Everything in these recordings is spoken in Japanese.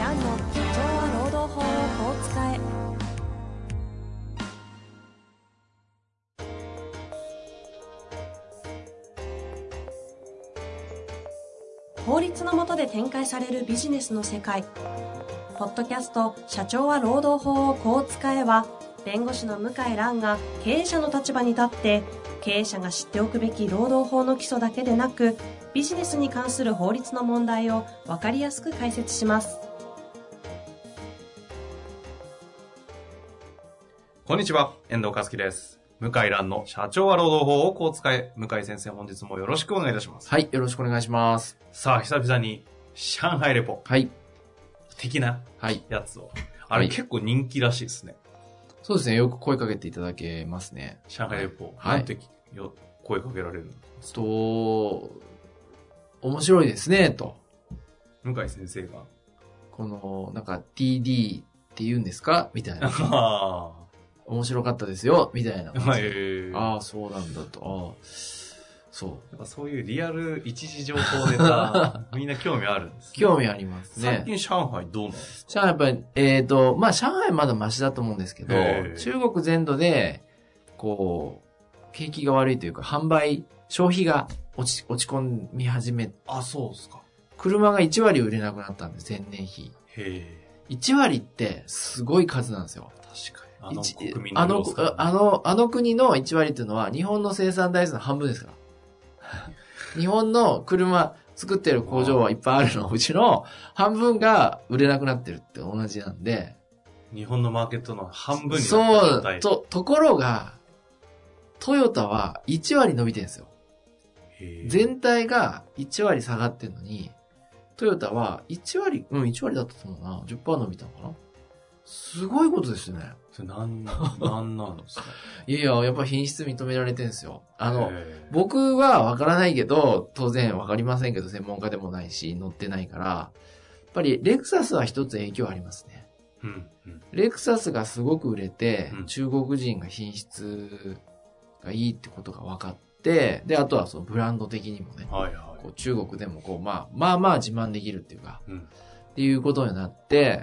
蘭の社長は労働法をこう使え。法律の下で展開されるビジネスの世界。ポッドキャスト社長は労働法をこう使えは、弁護士の向井蘭が経営者の立場に立って経営者が知っておくべき労働法の基礎だけでなく、ビジネスに関する法律の問題を分かりやすく解説します。 こんにちは、遠藤和樹です。向井蘭の社長は労働法をこう使え。向井先生、本日もよろしくお願いいたします。 はい、よろしくお願いします。 さあ、久々に上海レポ。 はい。 的なやつを。 はい、 あれ、結構人気らしいですね。 そうですね、よく声かけていただけますね。 上海レポ。 はい。 なんて声かけられるんですか？ 面白いですね、と。 向井先生が。 この、なんか TD って言うんですかみたいな。面白かったですよ、みたいな感じ。ああ、そうなんだと。ああ、そう。 やっぱそういうリアル一時情報ネタ、みんな興味あるんですね。 興味ありますね。 最近上海どうなんですか？ 上海やっぱり、まあ上海まだマシだと思うんですけど、中国全土で、こう、景気が悪いというか、消費が落ち込み始め。 あ、そうですか。 車が1割売れなくなったんです、前年比。1割ってすごい数なんですよ。 確かに。あの国の1割っていうのは日本の生産台数の半分ですから。日本の車作ってる工場はいっぱいあるのうちの半分が売れなくなってるって同じなんで。 日本のマーケットの半分になった状態。 そう、ところが、トヨタは1割伸びてるんですよ。全体が1割下がってるのに、トヨタは1割だったと思うな。10% 伸びたのかな。すごいことですよね。 それなんなんですか？ いや、やっぱ品質認められてるんですよ。僕はわからないけど、当然わかりませんけど、専門家でもないし、乗ってないから、やっぱりレクサスは一つ影響ありますね。レクサスがすごく売れて、中国人が品質がいいってことが分かって、で、あとはそのブランド的にもね、こう中国でもこう、まあ自慢できるっていうか、っていうことになって、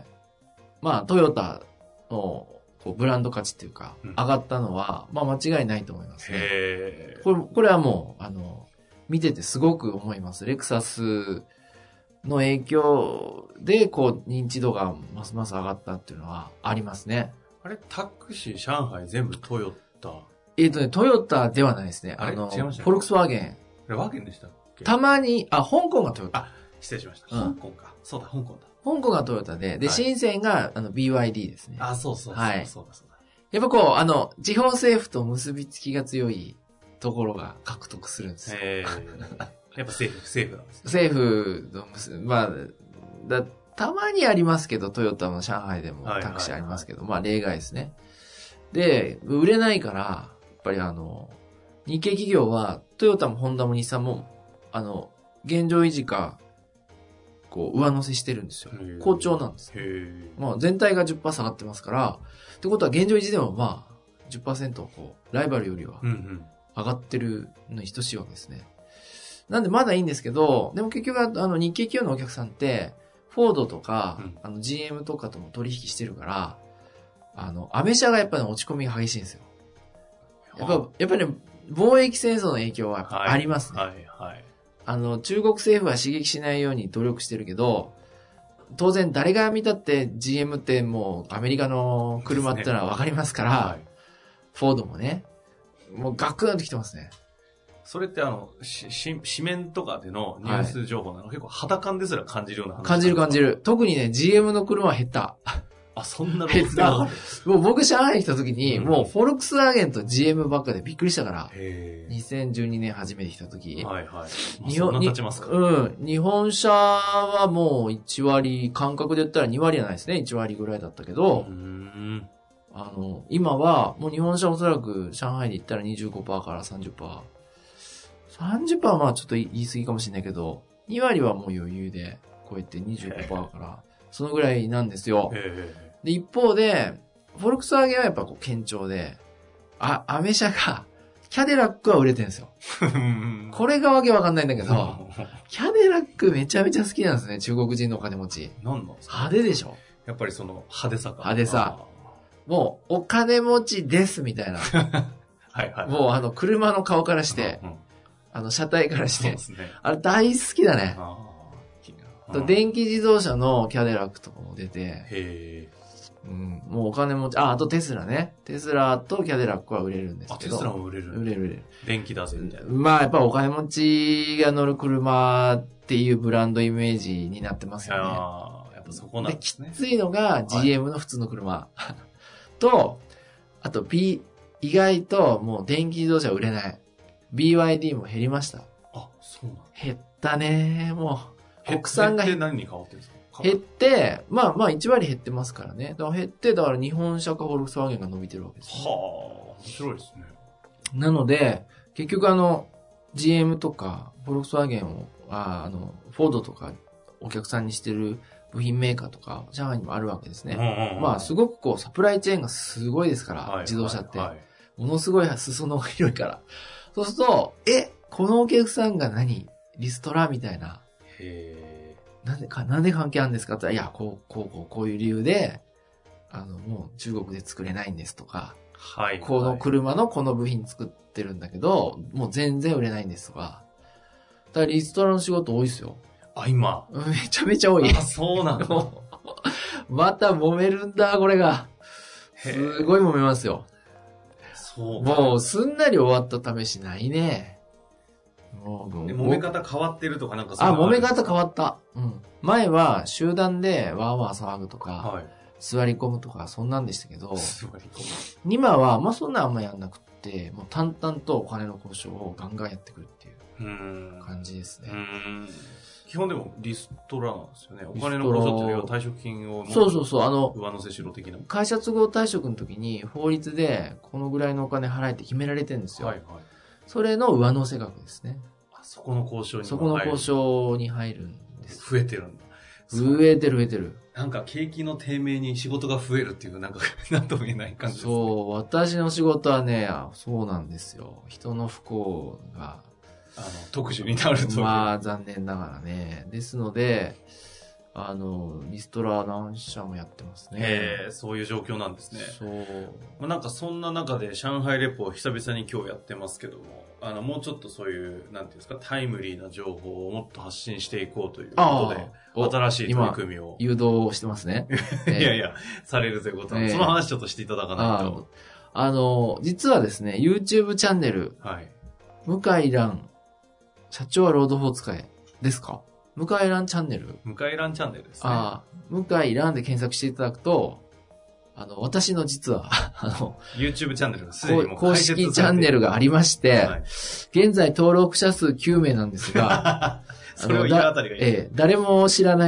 まあトヨタのこうブランド価値っていうか、上がったのは、まあ間違いないと思いますね。これはもう、見ててすごく思います。レクサスの影響で、こう、認知度がますます上がったっていうのはありますね。 あれ、タクシー上海全部トヨタ？ トヨタではないですね。 違いました？ フォルクスワーゲン。 ワーゲンでしたっけ？ たまに、香港がトヨタ。 失礼しました。香港か。そうだ、香港だ。 香港がトヨタで、深センがBYD ですね。 そうそう。 はい。 そうだ。 やっぱこう、地方政府と結びつきが強いところが獲得するんですよ。 やっぱ政府なんですね。 政府とまあ、たまにありますけど、トヨタも上海でもタクシーありますけど、まあ例外ですね。で、売れないから、やっぱり日系企業は、トヨタもホンダも日産も、現状維持か、こう、上乗せしてるんですよ。好調なんです。まあ、全体が 10% 下がってますから、ってことは現状維持でもまあ、10% こう、ライバルよりは、上がってるのに等しいわけですね。なんでまだいいんですけど、でも結局日系企業のお客さんって、フォードとか、GM とかとも取引してるから、アメ車がやっぱり落ち込みが激しいんですよ。やっぱりね、貿易戦争の影響はありますね。中国政府は刺激しないように努力してるけど、当然誰が見たって GM ってもうアメリカの車ってのはわかりますから、フォードもね、もうガクンと来てますね。 それって紙面とかでのニュース情報なの、結構肌感ですら感じるような話。 感じる。特にね、GM の車は減った。 そんなの減った。もう僕上海に来た時に、もうフォルクスワーゲンと GM ばっかでびっくりしたから。2012年初めて来た時。 そんな経ちますか？ 日本車はもう1割、感覚で言ったら2割はないですね。1割ぐらいだったけど、今はもう日本車おそらく上海に行ったら 25% から 30%。30% はまあちょっと言い過ぎかもしれないけど、2割はもう余裕で超えて 25% から、そのぐらいなんですよ。で、一方で、フォルクスワーゲンはやっぱこう堅調で、アメ車がキャデラックは売れてるんですよ。これがわけわかんないんだけど、キャデラックめちゃめちゃ好きなんですね、中国人のお金持ち。 なんなんですか？ 派手でしょ？ やっぱりその派手さか。 派手さ。もう、お金持ちですみたいな。 はいはい。 もう車の顔からして、車体からして。 そうですね。 あれ大好きだね。電気自動車のキャデラックとかも出て。 へうん、もうお金持ち、あとテスラね。テスラとキャデラックは売れるんですけど。 テスラも売れる？ 売れる。 電気だぜみたいな。 まあやっぱお金持ちが乗る車っていうブランドイメージになってますよね。 やっぱそこなんですね。 きついのが GM の普通の車。と、あと意外ともう電気自動車売れない。BYD も減りました。 あ、そうなんだ。 減ったね。もう、国産が減って何に変わってるんですか？ 減って、まあ1割減ってますからね。だから減って、だから日本車かフォルクスワーゲンが伸びてるわけです、ね。 はあ、面白いですね。 なので、結局GM とか、フォルクスワーゲンを、フォードとかお客さんにしてる部品メーカーとか、上海にもあるわけですね。まあ、すごくサプライチェーンがすごいですから、自動車って。ものすごい裾野が広いから。そうすると、このお客さんがリストラみたいな。なんで関係あるんですかって言ったら、いや、こういう理由で、もう中国で作れないんですとか、この車のこの部品作ってるんだけど、もう全然売れないんですとか。だからリストラの仕事多いですよ。 あ、今。 めちゃめちゃ多い。 あ、そうなんだ。 また揉めるんだ、これが。すごい揉めますよ。 そう。 もう、すんなり終わった試しないね。もう揉め方変わってるとかなんか揉め方変わった。うん。前は集団でワーワー騒ぐとか、座り込むとか、そんなんでしたけど、 座り込む。今は、まあそんなあんまやんなくって、もう淡々とお金の交渉をガンガンやってくるっていう感じですね。 基本でもリストラなんですよね。お金の交渉っていうのは退職金をそう、 上乗せしろ的な。 会社都合退職の時に法律でこのぐらいのお金払えって決められてるんですよ。それの上乗せ額ですね。 そこの交渉にそこの交渉に入るんです。 増えてるんだ。 増えてる。 なんか景気の低迷に仕事が増えるっていう、なんとも言えない感じですね。 そう、私の仕事はね、そうなんですよ。人の不幸が。 特殊になるという。 まあ、残念ながらね。ですので、リストラ何社もやってますね。 そういう状況なんですね。 そう。 なんかそんな中で上海レポを久々に今日やってますけども、もうちょっとそういう、なんていうんですか、タイムリーな情報をもっと発信していこうということで、新しい取り組みを。 誘導してますね。 いや、されるということで、その話ちょっとしていただかないと。実はですね、YouTube チャンネル、向井蘭、社長はロード4使えですか？向井蘭チャンネル。 向井蘭チャンネルですね。 向井蘭で検索していただくと、私の実は、 YouTube チャンネルがすでにもう公式チャンネルがありまして、現在登録者数9名なんですが、 それを言うあたりがいい。 誰も知らない、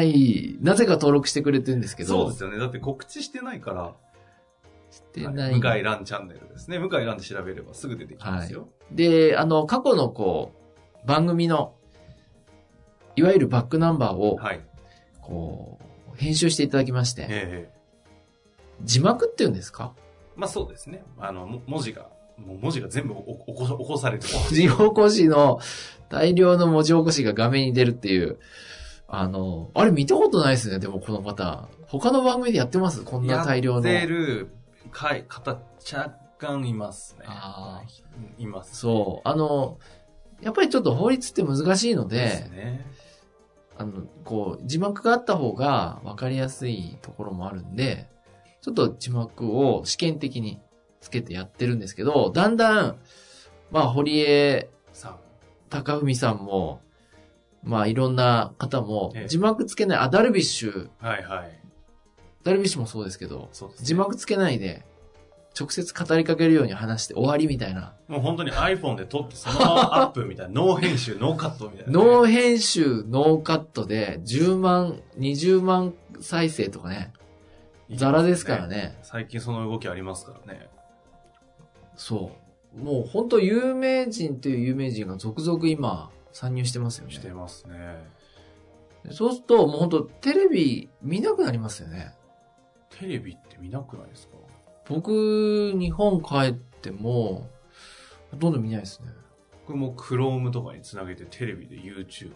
なぜか登録してくれてるんですけど。 そうですよね。だって告知してないから。 してない。 向井蘭チャンネルですね。向井蘭で調べればすぐ出てきますよ。 で、過去の番組の、いわゆるバックナンバーを、編集していただきまして、字幕っていうんですか？ まあそうですね。文字が全部起こされてる。 文字起こしの、大量の文字起こしが画面に出るっていう、あれ見たことないですね、でもこのパターン。他の番組でやってます？こんな大量の。 やってる方、若干いますね。います、ね。 そう。やっぱりちょっと法律って難しいので、 ですね。 字幕があった方が分かりやすいところもあるんで、ちょっと字幕を試験的につけてやってるんですけど、だんだん、堀江さん、高文さんも、いろんな方も、字幕つけない、ダルビッシュ。ダルビッシュもそうですけど、字幕つけないで、直接語りかけるように話して終わりみたいな。 もう本当に iPhone で撮ってそのままアップみたいな。ノー編集、ノーカットみたいな、 ノー編集、ノーカットで10万、20万再生とかね。ザラですからね。 最近その動きありますからね。 そう。もう本当有名人という有名人が続々今参入してますよね。 してますね。 そうするともう本当テレビ見なくなりますよね。 テレビって見なくないですか？ 僕、日本帰っても、 ほとんど見ないですね。 これも Chrome とかにつなげてテレビで YouTube。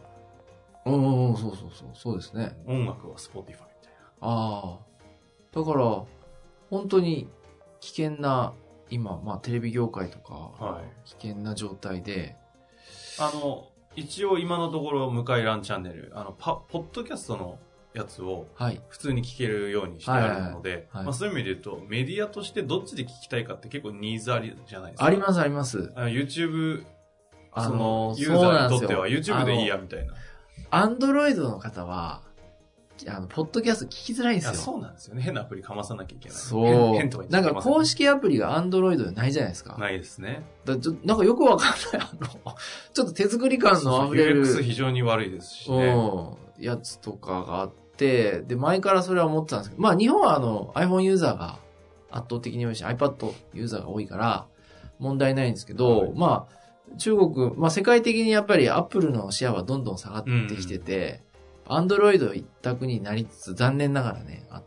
そうですね。 音楽は Spotify みたいな。 ああ。だから、本当に危険な、今、まあテレビ業界とか、 はい、 危険な状態で。 一応今のところ、向井蘭チャンネル、ポッドキャストのやつを、普通に聞けるようにしてあるので、まあそういう意味で言うと、メディアとしてどっちで聞きたいかって結構ニーズありじゃないですか。 あります、あります。 YouTube、ユーザーにとっては YouTube でいいや、みたいな。 Android の方は、ポッドキャスト聞きづらいんですよ。 そうなんですよね。変なアプリかまさなきゃいけない。 そう。変とか言ってなんか公式アプリが Android でないじゃないですか。 ないですね。 なんかよくわかんない、ちょっと手作り感の溢れる。 UX 非常に悪いですしね。 やつとかがあって、で、前からそれは思ってたんですけど、まあ日本はiPhone ユーザーが圧倒的に多いし、iPad ユーザーが多いから、問題ないんですけど、まあ、中国、まあ世界的にやっぱり Apple のシェアはどんどん下がってきてて、アンドロイド一択になりつつ残念ながらね、あって。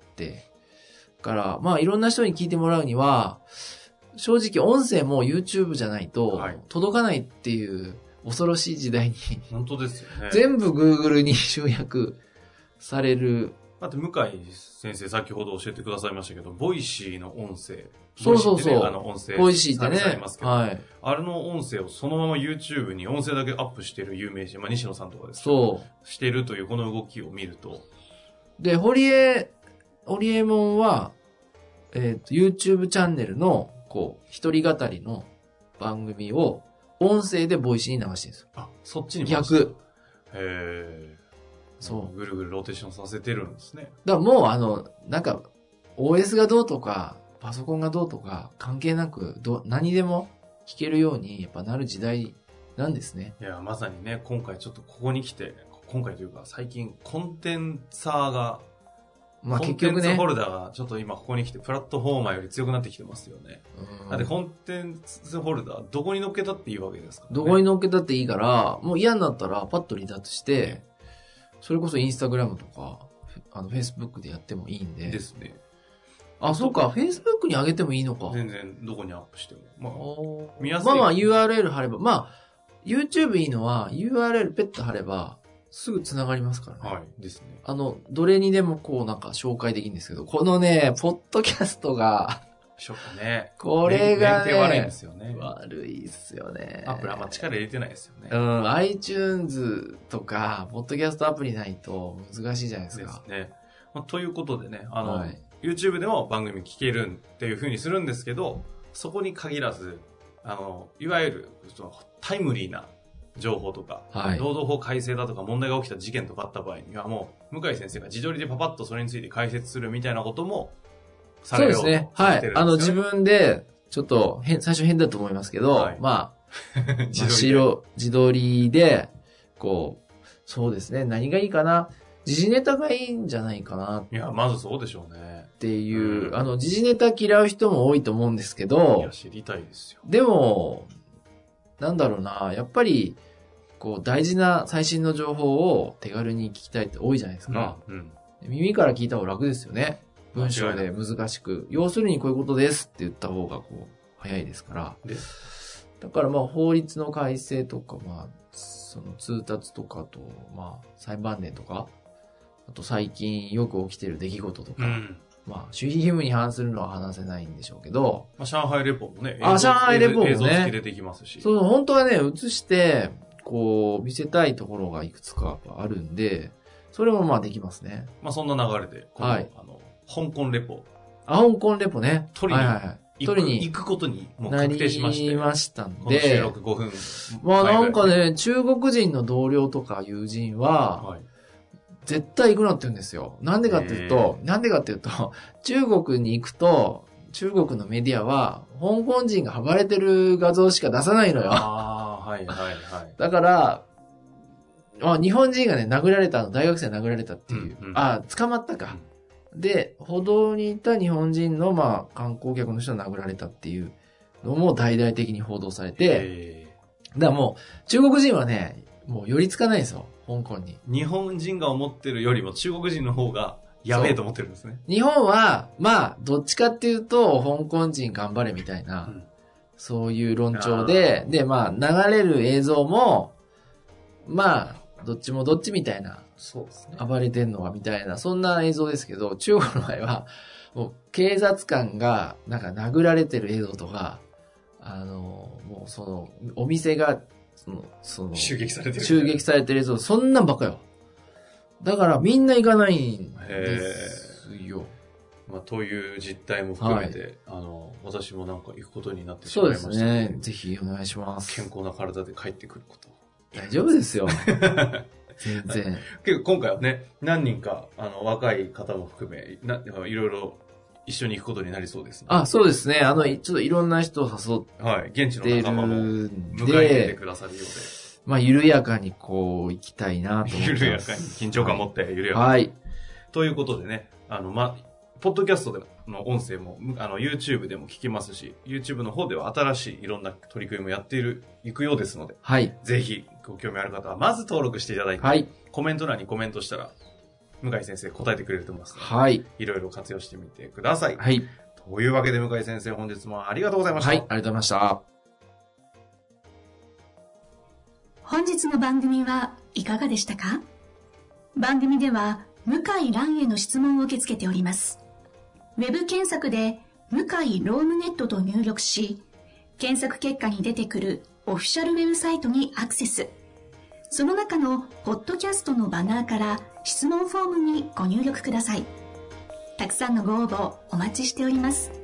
だから、まあいろんな人に聞いてもらうには、正直音声も YouTube じゃないと届かないっていう恐ろしい時代に。 本当ですよね。 全部 Google に集約される。 だって向井先生先ほど教えてくださいましたけど、ボイシーの音声。 そうそうそう。 音声。 ボイシーってね。 はい。あれの音声をそのまま YouTube に音声だけアップしてる有名人、まあ西野さんとかですけど。そう。してるというこの動きを見ると。 で、ホリエモンは、YouTube チャンネルの、一人語りの番組を音声でボイシーに流してるんですよ。 あ、そっちに逆。 そう。ぐるぐるローテーションさせてるんですね。 だからもうなんか、OS がどうとか、パソコンがどうとか関係なく何でも聞けるようにやっぱなる時代なんですね。 いや、まさにね、今回ちょっとここに来て、今回というか最近コンテンツァーが、 まあ結局ね。コンテンツホルダーがちょっと今ここに来てプラットフォーマーより強くなってきてますよね。だってコンテンツホルダーどこに乗っけたっていいわけですからね。 どこに乗っけたっていいから、もう嫌になったらパッと離脱して、それこそインスタグラムとか、フェイスブックでやってもいいんで。 ですね。 あ、そうか。Facebook に上げてもいいのか。 全然、どこにアップしても。まあ、 見やすい。まあ URL 貼れば。まあ、YouTube いいのは URL ペット貼れば、すぐ繋がりますからね。 はい。ですね。 どれにでもなんか紹介できるんですけど、このね、ポッドキャストが、 ショックね。 これがね、 悪いんですよね。 悪いっすよね。 アップルあんま力入れてないですよね。 iTunes とか、ポッドキャストアプリないと難しいじゃないですか。 ですね。ということでね、YouTube でも番組聞けるっていう風にするんですけど、そこに限らず、いわゆるタイムリーな情報とか、労働法改正だとか問題が起きた事件とかあった場合にはもう、向井先生が自撮りでパパッとそれについて解説するみたいなこともされようとしてるんですね。 そうですね。はい。自分で、ちょっと最初変だと思いますけど、まあ、自撮りで、そうですね。何がいいかな。時事ネタがいいんじゃないかな。 いや、まずそうでしょうね。 っていう、時事ネタ嫌う人も多いと思うんですけど。 いや、知りたいですよ。 でも、なんだろうな、やっぱり、大事な最新の情報を手軽に聞きたいって多いじゃないですか。耳から聞いた方が楽ですよね。文章で難しく。要するにこういうことですって言った方が早いですから。だからまあ法律の改正とか、まあ、その通達とかと、まあ、裁判例とか、あと最近よく起きてる出来事とか、まあ、守秘義務に反するのは話せないんでしょうけど。 まあ、上海レポもね。 上海レポもね。 映像付きでできますし。 そう、本当はね、映して、見せたいところがいくつかあるんで、それもまあできますね。 まあ、そんな流れで、 はい。 香港レポ。 香港レポね。 取りに行くことにもう確定しまして。 なりましたんで。 この収録5分。 まあなんかね、中国人の同僚とか友人は、絶対行くなって言うんですよ。なんでかっていうと、中国に行くと、中国のメディアは、香港人が暴れてる画像しか出さないのよ。だから、日本人がね、殴られた大学生殴られたっていう。捕まったか。で、歩道にいた日本人の、まあ、観光客の人が殴られたっていうのも大々的に報道されて、だからもう、中国人はね、もう寄りつかないんですよ、香港に。 日本人が思ってるよりも中国人の方がやべえと思ってるんですね。 日本は、まあ、どっちかっていうと、香港人頑張れみたいなそういう論調で、で、まあ、流れる映像も、まあ、どっちもどっちみたいな。 そうですね。 暴れてんのはみたいな、そんな映像ですけど、中国の場合は、もう警察官がなんか殴られてる映像とか、もうその、お店が、その、 襲撃されてる。 襲撃されてる映像、そんなんばっかよ。だからみんな行かないんですよ。 まあ、という実態も含めて、はい、私もなんか行くことになってしまいました。 そうですね。ぜひお願いします。 健康な体で帰ってくること。 大丈夫ですよ。全然。 結構今回はね、何人か、若い方も含め、いろいろ一緒に行くことになりそうですね。 あ、そうですね。ちょっといろんな人を誘って、 はい。現地の仲間も迎え入れてくださるようで。 まあ、緩やかにこう、行きたいなと思ってます。 緩やかに、緊張感持って緩やかに。 はい。 ということでね、ポッドキャストでの音声も、YouTube でも聞きますし、YouTube の方では新しいいろんな取り組みもやっていくようですので、 はい。 ぜひ、ご興味ある方は、まず登録していただいて、 はい。 コメント欄にコメントしたら、向井先生答えてくれると思いますので、 はい。 いろいろ活用してみてください。 はい。 というわけで、向井先生、本日もありがとうございました。 はい、ありがとうございました。 本日の番組はいかがでしたか？番組では、向井蘭への質問を受け付けております。ウェブ検索で、向井ロームネットと入力し、検索結果に出てくるオフィシャルウェブサイトにアクセス。その中のポッドキャストのバナーから質問フォームにご入力ください。たくさんのご応募お待ちしております。